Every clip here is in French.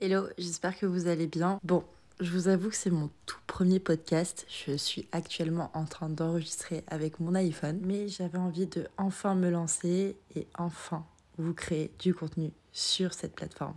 Hello, j'espère que vous allez bien. Bon, je vous avoue que c'est mon tout premier podcast. Je suis actuellement en train d'enregistrer avec mon iPhone, mais j'avais envie de enfin me lancer et enfin vous créer du contenu sur cette plateforme.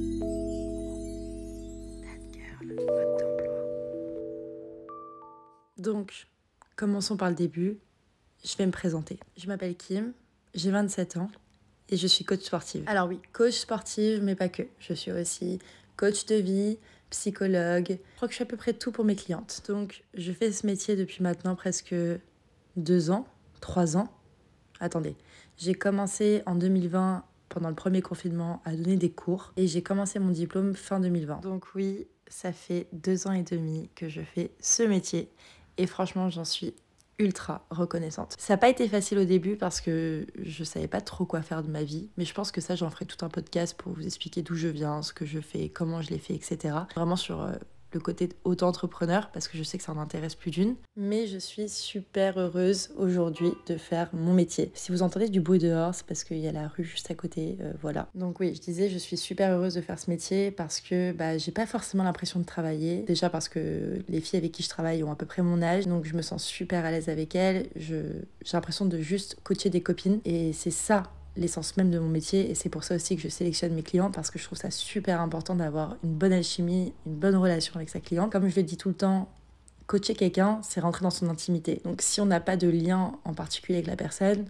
Donc, commençons par le début. Je vais me présenter. Je m'appelle Kim, j'ai 27 ans et je suis coach sportive. Alors oui, coach sportive, mais pas que. Je suis aussi coach de vie, psychologue. Je crois que je fais à peu près tout pour mes clientes. Donc, je fais ce métier depuis maintenant presque 2 ans, 3 ans. Attendez, j'ai commencé en 2020, pendant le premier confinement, à donner des cours et j'ai commencé mon diplôme fin 2020. Donc oui, ça fait 2 ans et demi que je fais ce métier et franchement, j'en suis ultra reconnaissante. Ça n'a pas été facile au début parce que je savais pas trop quoi faire de ma vie, mais je pense que ça, j'en ferai tout un podcast pour vous expliquer d'où je viens, ce que je fais, comment je l'ai fait, etc. Vraiment sur le côté auto-entrepreneur parce que je sais que ça en intéresse plus d'une. Mais je suis super heureuse aujourd'hui de faire mon métier. Si vous entendez du bruit dehors, c'est parce qu'il y a la rue juste à côté, voilà. Donc oui, je disais, je suis super heureuse de faire ce métier parce que j'ai pas forcément l'impression de travailler. Déjà parce que les filles avec qui je travaille ont à peu près mon âge, donc je me sens super à l'aise avec elles. J'ai l'impression de juste coacher des copines et c'est ça l'essence même de mon métier et c'est pour ça aussi que je sélectionne mes clients parce que je trouve ça super important d'avoir une bonne alchimie, une bonne relation avec sa cliente. Comme je le dis tout le temps, coacher quelqu'un, c'est rentrer dans son intimité. Donc si on n'a pas de lien en particulier avec la personne,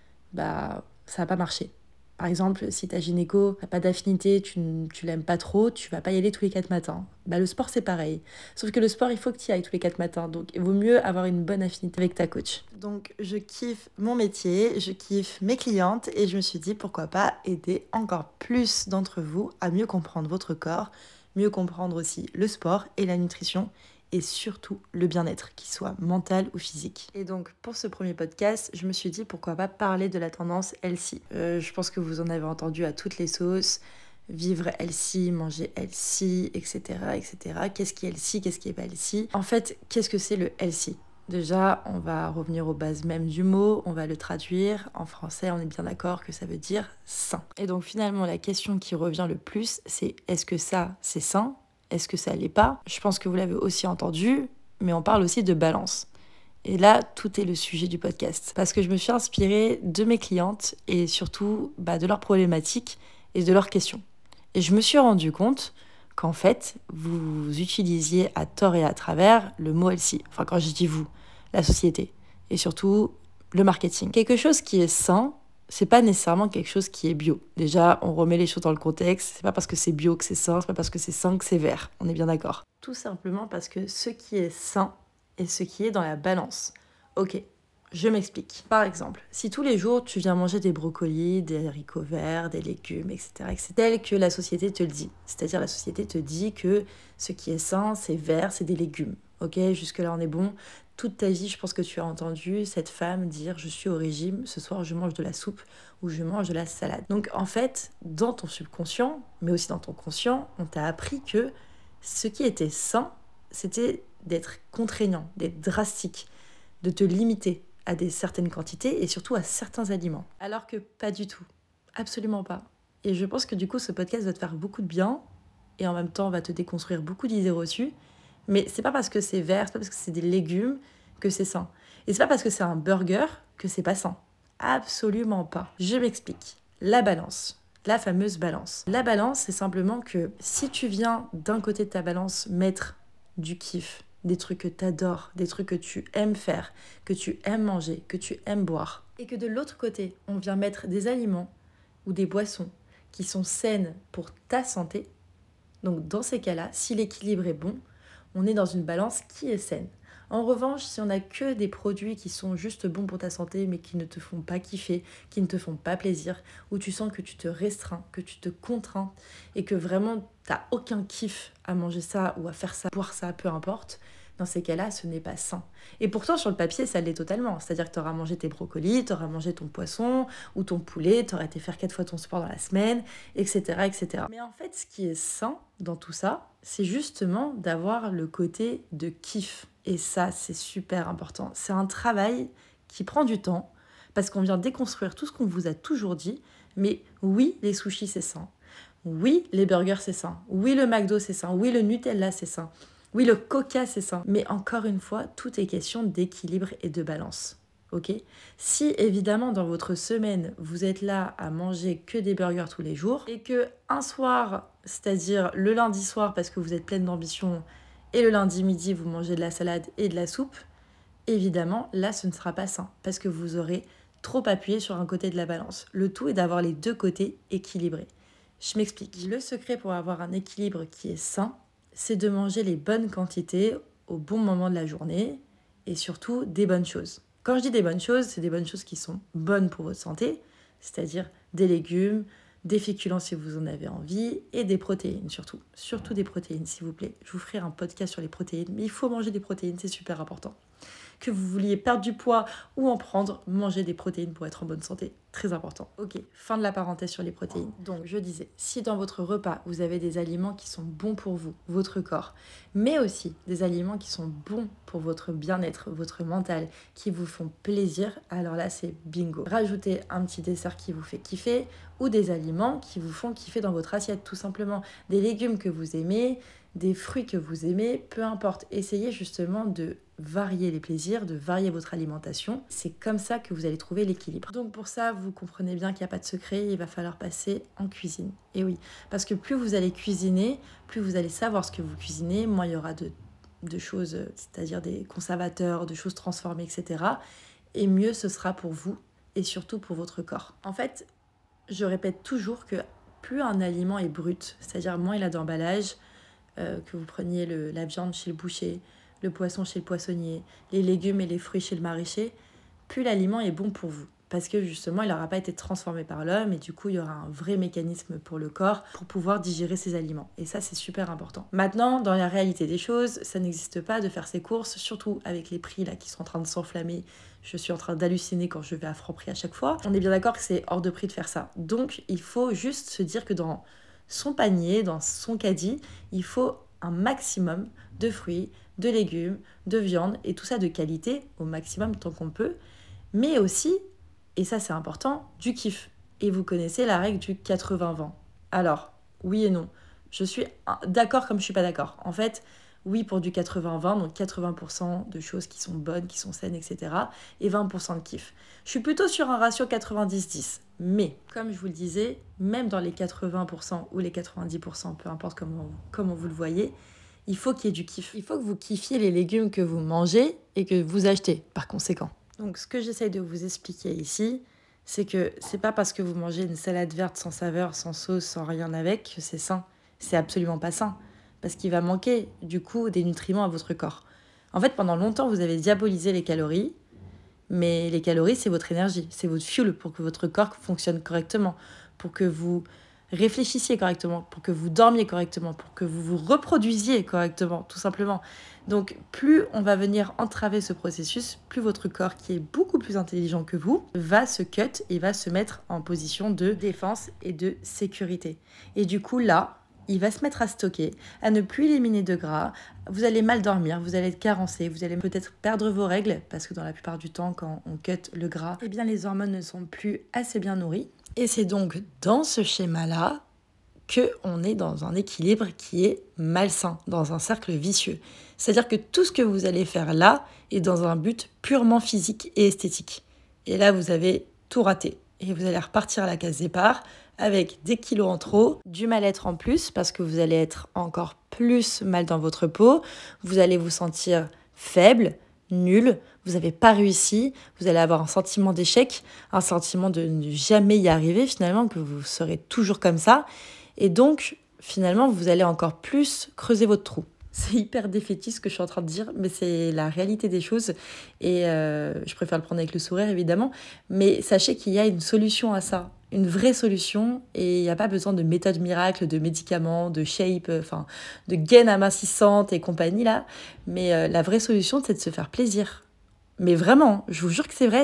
ça va pas marcher. Par exemple, si ta gynéco n'a pas d'affinité, tu l'aimes pas trop, tu vas pas y aller tous les 4 matins. Le sport, c'est pareil. Sauf que le sport, il faut que tu y ailles tous les 4 matins. Donc, il vaut mieux avoir une bonne affinité avec ta coach. Donc, je kiffe mon métier, je kiffe mes clientes et je me suis dit, pourquoi pas aider encore plus d'entre vous à mieux comprendre votre corps, mieux comprendre aussi le sport et la nutrition et surtout le bien-être, qu'il soit mental ou physique. Et donc pour ce premier podcast, je me suis dit pourquoi pas parler de la tendance healthy. Je pense que vous en avez entendu à toutes les sauces, vivre healthy, manger healthy, etc. etc. Qu'est-ce qui est healthy, qu'est-ce qui est pas healthy? En fait, qu'est-ce que c'est le healthy? Déjà, on va revenir aux bases même du mot, on va le traduire. En français, on est bien d'accord que ça veut dire sain. Et donc finalement, la question qui revient le plus, c'est est-ce que ça, c'est sain? Est-ce que ça l'est pas? Je pense que vous l'avez aussi entendu, mais on parle aussi de balance. Et là, tout est le sujet du podcast. Parce que je me suis inspirée de mes clientes et surtout de leurs problématiques et de leurs questions. Et je me suis rendu compte qu'en fait, vous utilisiez à tort et à travers le mot healthy. Enfin, quand je dis vous, la société. Et surtout, le marketing. Quelque chose qui est sain, c'est pas nécessairement quelque chose qui est bio. Déjà, on remet les choses dans le contexte. C'est pas parce que c'est bio que c'est sain, c'est pas parce que c'est sain que c'est vert. On est bien d'accord. Tout simplement parce que ce qui est sain est ce qui est dans la balance. Ok, je m'explique. Par exemple, si tous les jours tu viens manger des brocolis, des haricots verts, des légumes, etc., c'est tel que la société te le dit. C'est-à-dire la société te dit que ce qui est sain, c'est vert, c'est des légumes. Ok, jusque-là on est bon. Toute ta vie, je pense que tu as entendu cette femme dire « je suis au régime, ce soir je mange de la soupe ou je mange de la salade ». Donc en fait, dans ton subconscient, mais aussi dans ton conscient, on t'a appris que ce qui était sain, c'était d'être contraignant, d'être drastique, de te limiter à des certaines quantités et surtout à certains aliments. Alors que pas du tout, absolument pas. Et je pense que du coup, ce podcast va te faire beaucoup de bien et en même temps va te déconstruire beaucoup d'idées reçues. Mais c'est pas parce que c'est vert, c'est pas parce que c'est des légumes que c'est sain. Et c'est pas parce que c'est un burger que c'est pas sain. Absolument pas. Je m'explique. La balance. La fameuse balance. La balance, c'est simplement que si tu viens d'un côté de ta balance mettre du kiff, des trucs que tu adores, des trucs que tu aimes faire, que tu aimes manger, que tu aimes boire, et que de l'autre côté, on vient mettre des aliments ou des boissons qui sont saines pour ta santé, donc dans ces cas-là, si l'équilibre est bon, on est dans une balance qui est saine. En revanche, si on n'a que des produits qui sont juste bons pour ta santé, mais qui ne te font pas kiffer, qui ne te font pas plaisir, où tu sens que tu te restreins, que tu te contrains, et que vraiment t'as aucun kiff à manger ça ou à faire ça, boire ça, peu importe, dans ces cas-là, ce n'est pas sain. Et pourtant, sur le papier, ça l'est totalement. C'est-à-dire que tu auras mangé tes brocolis, tu auras mangé ton poisson ou ton poulet, tu auras été faire 4 fois ton sport dans la semaine, etc., etc. Mais en fait, ce qui est sain dans tout ça, c'est justement d'avoir le côté de kiff. Et ça, c'est super important. C'est un travail qui prend du temps parce qu'on vient déconstruire tout ce qu'on vous a toujours dit. Mais oui, les sushis, c'est sain. Oui, les burgers, c'est sain. Oui, le McDo, c'est sain. Oui, le Nutella, c'est sain. Oui, le Coca, c'est sain. Mais encore une fois, tout est question d'équilibre et de balance. Ok? Si évidemment dans votre semaine, vous êtes là à manger que des burgers tous les jours et que un soir, c'est-à-dire le lundi soir parce que vous êtes pleine d'ambition et le lundi midi, vous mangez de la salade et de la soupe, évidemment, là, ce ne sera pas sain parce que vous aurez trop appuyé sur un côté de la balance. Le tout est d'avoir les deux côtés équilibrés. Je m'explique. Le secret pour avoir un équilibre qui est sain, c'est de manger les bonnes quantités au bon moment de la journée et surtout des bonnes choses. Quand je dis des bonnes choses, c'est des bonnes choses qui sont bonnes pour votre santé, c'est-à-dire des légumes, des féculents si vous en avez envie et des protéines surtout. Surtout des protéines s'il vous plaît. Je vous ferai un podcast sur les protéines, mais il faut manger des protéines, c'est super important. Que vous vouliez perdre du poids ou en prendre, mangez des protéines pour être en bonne santé. Très important. Ok, fin de la parenthèse sur les protéines. Donc je disais, si dans votre repas, vous avez des aliments qui sont bons pour vous, votre corps, mais aussi des aliments qui sont bons pour votre bien-être, votre mental, qui vous font plaisir, alors là c'est bingo. Rajoutez un petit dessert qui vous fait kiffer ou des aliments qui vous font kiffer dans votre assiette, tout simplement. Des légumes que vous aimez, des fruits que vous aimez, peu importe. Essayez justement de varier les plaisirs, de varier votre alimentation. C'est comme ça que vous allez trouver l'équilibre. Donc pour ça, vous comprenez bien qu'il n'y a pas de secret, il va falloir passer en cuisine. Et oui, parce que plus vous allez cuisiner, plus vous allez savoir ce que vous cuisinez, moins il y aura de choses, c'est-à-dire des conservateurs, de choses transformées, etc. Et mieux ce sera pour vous et surtout pour votre corps. En fait, je répète toujours que plus un aliment est brut, c'est-à-dire moins il a d'emballage, que vous preniez la viande chez le boucher, le poisson chez le poissonnier, les légumes et les fruits chez le maraîcher, plus l'aliment est bon pour vous. Parce que justement, il n'aura pas été transformé par l'homme et du coup, il y aura un vrai mécanisme pour le corps pour pouvoir digérer ces aliments. Et ça, c'est super important. Maintenant, dans la réalité des choses, ça n'existe pas de faire ses courses, surtout avec les prix là qui sont en train de s'enflammer. Je suis en train d'halluciner quand je vais à Franprix à chaque fois. On est bien d'accord que c'est hors de prix de faire ça. Donc, il faut juste se dire que dans son panier, dans son caddie, il faut un maximum de fruits, de légumes, de viande et tout ça de qualité au maximum tant qu'on peut, mais aussi, et ça c'est important, du kiff. Et vous connaissez la règle du 80-20. Alors, oui et non. Je suis d'accord comme je suis pas d'accord. En fait, oui pour du 80-20, donc 80% de choses qui sont bonnes, qui sont saines, etc. et 20% de kiff. Je suis plutôt sur un ratio 90-10. Mais, comme je vous le disais, même dans les 80% ou les 90%, peu importe comment vous le voyez, il faut qu'il y ait du kiff. Il faut que vous kiffiez les légumes que vous mangez et que vous achetez, par conséquent. Donc, ce que j'essaye de vous expliquer ici, c'est que c'est pas parce que vous mangez une salade verte sans saveur, sans sauce, sans rien avec, que c'est sain. C'est absolument pas sain. Parce qu'il va manquer, du coup, des nutriments à votre corps. En fait, pendant longtemps, vous avez diabolisé les calories, mais les calories, c'est votre énergie, c'est votre fuel pour que votre corps fonctionne correctement, pour que vous réfléchissiez correctement, pour que vous dormiez correctement, pour que vous vous reproduisiez correctement, tout simplement. Donc, plus on va venir entraver ce processus, plus votre corps, qui est beaucoup plus intelligent que vous, va se cut et va se mettre en position de défense et de sécurité. Et du coup, là, il va se mettre à stocker, à ne plus éliminer de gras, vous allez mal dormir, vous allez être carencé, vous allez peut-être perdre vos règles, parce que dans la plupart du temps, quand on cut le gras, eh bien les hormones ne sont plus assez bien nourries. Et c'est donc dans ce schéma-là qu'on est dans un équilibre qui est malsain, dans un cercle vicieux. C'est-à-dire que tout ce que vous allez faire là est dans un but purement physique et esthétique. Et là, vous avez tout raté. Et vous allez repartir à la case départ avec des kilos en trop, du mal-être en plus, parce que vous allez être encore plus mal dans votre peau, vous allez vous sentir faible, nul, vous n'avez pas réussi, vous allez avoir un sentiment d'échec, un sentiment de ne jamais y arriver finalement, que vous serez toujours comme ça. Et donc, finalement, vous allez encore plus creuser votre trou. C'est hyper défaitiste ce que je suis en train de dire, mais c'est la réalité des choses. Et je préfère le prendre avec le sourire, évidemment. Mais sachez qu'il y a une solution à ça, une vraie solution. Et il n'y a pas besoin de méthode miracle, de médicaments, de shape, de gaines amincissantes et compagnie, là. Mais la vraie solution, c'est de se faire plaisir. Mais vraiment, je vous jure que c'est vrai,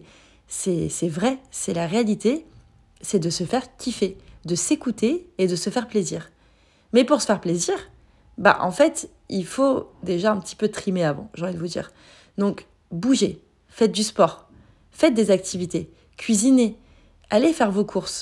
c'est vrai, c'est la réalité. C'est de se faire kiffer, de s'écouter et de se faire plaisir. Mais pour se faire plaisir, en fait, il faut déjà un petit peu trimer avant, j'ai envie de vous dire. Donc, bougez, faites du sport, faites des activités, cuisinez, allez faire vos courses.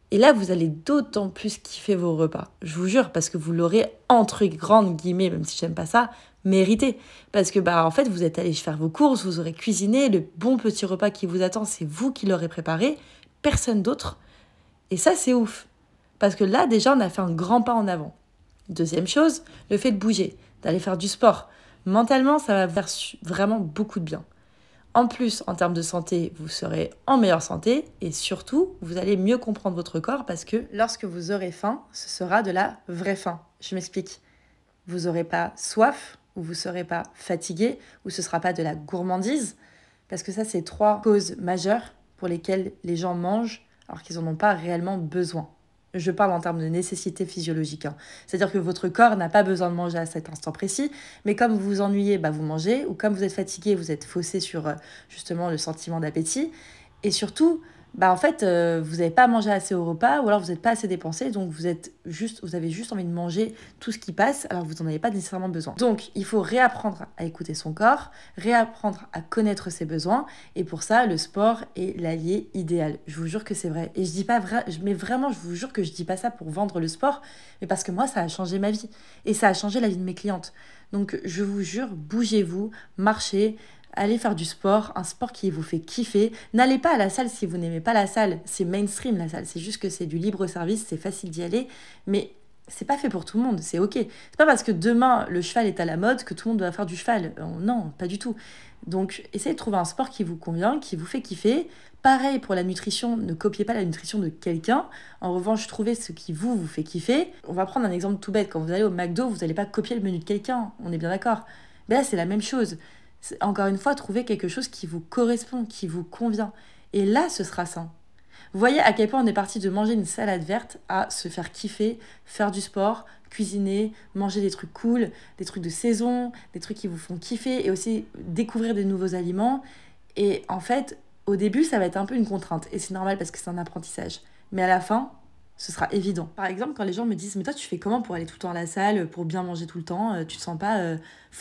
Et là, vous allez d'autant plus kiffer vos repas. Je vous jure, parce que vous l'aurez, entre grandes guillemets, même si j'aime pas ça, mérité. Parce que, en fait, vous êtes allé faire vos courses, vous aurez cuisiné, le bon petit repas qui vous attend, c'est vous qui l'aurez préparé, personne d'autre. Et ça, c'est ouf. Parce que là, déjà, on a fait un grand pas en avant. Deuxième chose, le fait de bouger, d'aller faire du sport. Mentalement, ça va faire vraiment beaucoup de bien. En plus, en termes de santé, vous serez en meilleure santé et surtout, vous allez mieux comprendre votre corps parce que lorsque vous aurez faim, ce sera de la vraie faim. Je m'explique. Vous n'aurez pas soif ou vous ne serez pas fatigué ou ce ne sera pas de la gourmandise parce que ça, c'est 3 causes majeures pour lesquelles les gens mangent alors qu'ils n'en ont pas réellement besoin. Je parle en termes de nécessité physiologique. C'est-à-dire que votre corps n'a pas besoin de manger à cet instant précis, mais comme vous vous ennuyez, vous mangez, ou comme vous êtes fatigué, vous êtes faussé sur justement le sentiment d'appétit. Et surtout, en fait, vous n'avez pas mangé assez au repas, ou alors vous n'êtes pas assez dépensé, donc vous avez juste envie de manger tout ce qui passe, alors vous n'en avez pas nécessairement besoin. Donc, il faut réapprendre à écouter son corps, réapprendre à connaître ses besoins, et pour ça, le sport est l'allié idéal. Je vous jure que c'est vrai. Et je dis pas vrai, mais vraiment, je vous jure que je dis pas ça pour vendre le sport, mais parce que moi, ça a changé ma vie, et ça a changé la vie de mes clientes. Donc, je vous jure, bougez-vous, marchez, allez faire du sport, un sport qui vous fait kiffer. N'allez pas à la salle si vous n'aimez pas la salle. C'est mainstream la salle. C'est juste que c'est du libre service, c'est facile d'y aller. Mais c'est pas fait pour tout le monde, c'est ok. C'est pas parce que demain le cheval est à la mode que tout le monde doit faire du cheval. Non, pas du tout. Donc essayez de trouver un sport qui vous convient, qui vous fait kiffer. Pareil pour la nutrition, ne copiez pas la nutrition de quelqu'un. En revanche, trouvez ce qui vous fait kiffer. On va prendre un exemple tout bête. Quand vous allez au McDo, vous n'allez pas copier le menu de quelqu'un. On est bien d'accord. Mais là, c'est la même chose. Encore une fois, trouvez quelque chose qui vous correspond, qui vous convient. Et là, ce sera sain. Vous voyez à quel point on est parti de manger une salade verte à se faire kiffer, faire du sport, cuisiner, manger des trucs cool, des trucs de saison, des trucs qui vous font kiffer et aussi découvrir des nouveaux aliments. Et en fait, au début, ça va être un peu une contrainte. Et c'est normal parce que c'est un apprentissage. Mais à la fin, ce sera évident. Par exemple, quand les gens me disent « Mais toi, tu fais comment pour aller tout le temps à la salle, pour bien manger tout le temps Tu te sens pas frustré ?»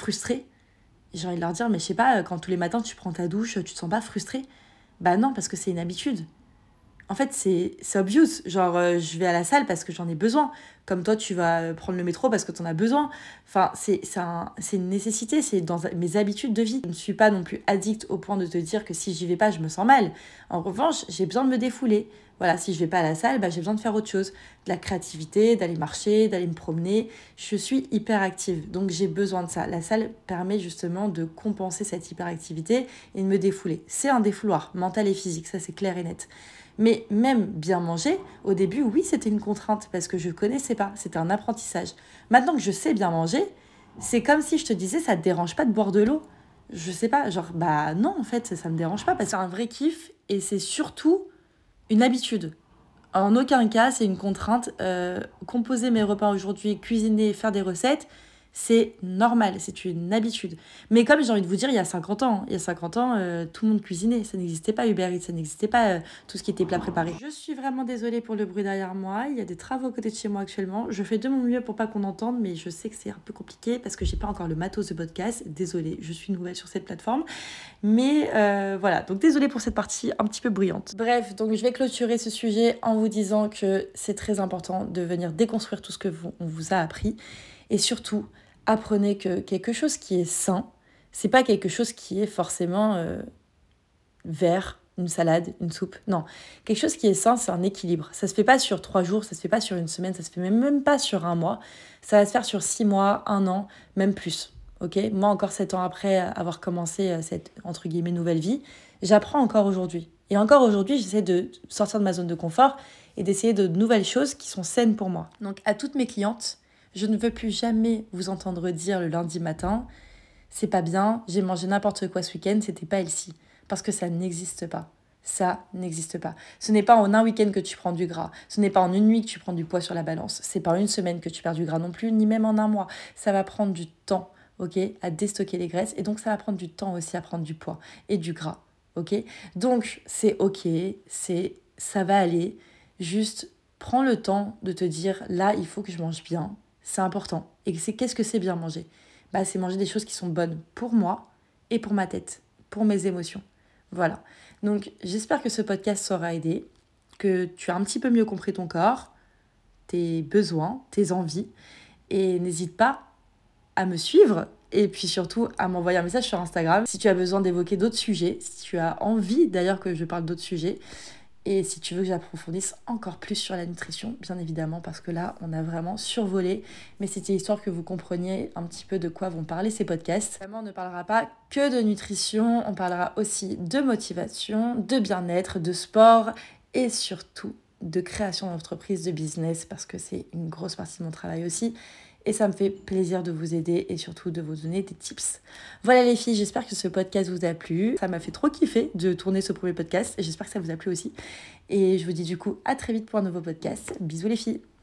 J'ai envie de leur dire « Mais je sais pas, quand tous les matins tu prends ta douche, tu te sens pas frustré ?» Non, parce que c'est une habitude. En fait, c'est obvious. Genre, je vais à la salle parce que j'en ai besoin. Comme toi, tu vas prendre le métro parce que tu en as besoin. Enfin, c'est une nécessité, c'est dans mes habitudes de vie. Je ne suis pas non plus addict au point de te dire que si j'y vais pas, je me sens mal. En revanche, j'ai besoin de me défouler. Voilà, si je vais pas à la salle, j'ai besoin de faire autre chose. De la créativité, d'aller marcher, d'aller me promener. Je suis hyper active, donc j'ai besoin de ça. La salle permet justement de compenser cette hyperactivité et de me défouler. C'est un défouloir mental et physique, ça c'est clair et net. Mais même bien manger, au début, oui, c'était une contrainte parce que je ne connaissais pas, c'était un apprentissage. Maintenant que je sais bien manger, c'est comme si je te disais, ça te dérange pas de boire de l'eau. Je sais pas, genre, non, en fait, ça me dérange pas parce que c'est un vrai kiff et c'est surtout une habitude. En aucun cas, c'est une contrainte. Composer mes repas aujourd'hui, cuisiner, faire des recettes, c'est normal, c'est une habitude. Mais comme j'ai envie de vous dire, il y a 50 ans, tout le monde cuisinait. Ça n'existait pas Uber Eats, ça n'existait pas tout ce qui était plat préparé. Je suis vraiment désolée pour le bruit derrière moi. Il y a des travaux à côté de chez moi actuellement. Je fais de mon mieux pour pas qu'on entende, mais je sais que c'est un peu compliqué parce que j'ai pas encore le matos de podcast. Désolée, je suis nouvelle sur cette plateforme. Mais voilà, donc désolée pour cette partie un petit peu bruyante. Bref, donc je vais clôturer ce sujet en vous disant que c'est très important de venir déconstruire tout ce que on vous a appris. Et surtout, apprenez que quelque chose qui est sain, c'est pas quelque chose qui est forcément vert, une salade, une soupe. Non, quelque chose qui est sain, c'est un équilibre. Ça se fait pas sur 3 jours, ça se fait pas sur une semaine, ça se fait même pas sur un mois. Ça va se faire sur 6 mois, 1 an, même plus. Ok, moi, encore 7 ans après avoir commencé cette, entre guillemets, nouvelle vie, j'apprends encore aujourd'hui. Et encore aujourd'hui, j'essaie de sortir de ma zone de confort et d'essayer de nouvelles choses qui sont saines pour moi. Donc, à toutes mes clientes, je ne veux plus jamais vous entendre dire le lundi matin « C'est pas bien, j'ai mangé n'importe quoi ce week-end, c'était pas healthy ». Parce que ça n'existe pas. Ça n'existe pas. Ce n'est pas en un week-end que tu prends du gras. Ce n'est pas en une nuit que tu prends du poids sur la balance. C'est pas en une semaine que tu perds du gras non plus, ni même en un mois. Ça va prendre du temps, ok, à déstocker les graisses. Et donc, ça va prendre du temps aussi à prendre du poids et du gras, ok. Donc, c'est ok, ça va aller. Juste, prends le temps de te dire, là, il faut que je mange bien. C'est important. Et qu'est-ce que c'est bien manger ? C'est manger des choses qui sont bonnes pour moi et pour ma tête, pour mes émotions. Voilà. Donc, j'espère que ce podcast saura aider. que tu as un petit peu mieux compris ton corps, tes besoins, tes envies. Et n'hésite pas à me suivre et puis surtout à m'envoyer un message sur Instagram si tu as besoin d'évoquer d'autres sujets, si tu as envie d'ailleurs que je parle d'autres sujets et si tu veux que j'approfondisse encore plus sur la nutrition, bien évidemment, parce que là, on a vraiment survolé, mais c'était histoire que vous compreniez un petit peu de quoi vont parler ces podcasts. Vraiment, on ne parlera pas que de nutrition, on parlera aussi de motivation, de bien-être, de sport et surtout de création d'entreprise, de business, parce que c'est une grosse partie de mon travail aussi. Et ça me fait plaisir de vous aider et surtout de vous donner des tips. Voilà les filles, j'espère que ce podcast vous a plu. Ça m'a fait trop kiffer de tourner ce premier podcast et j'espère que ça vous a plu aussi. Et je vous dis du coup à très vite pour un nouveau podcast. Bisous les filles.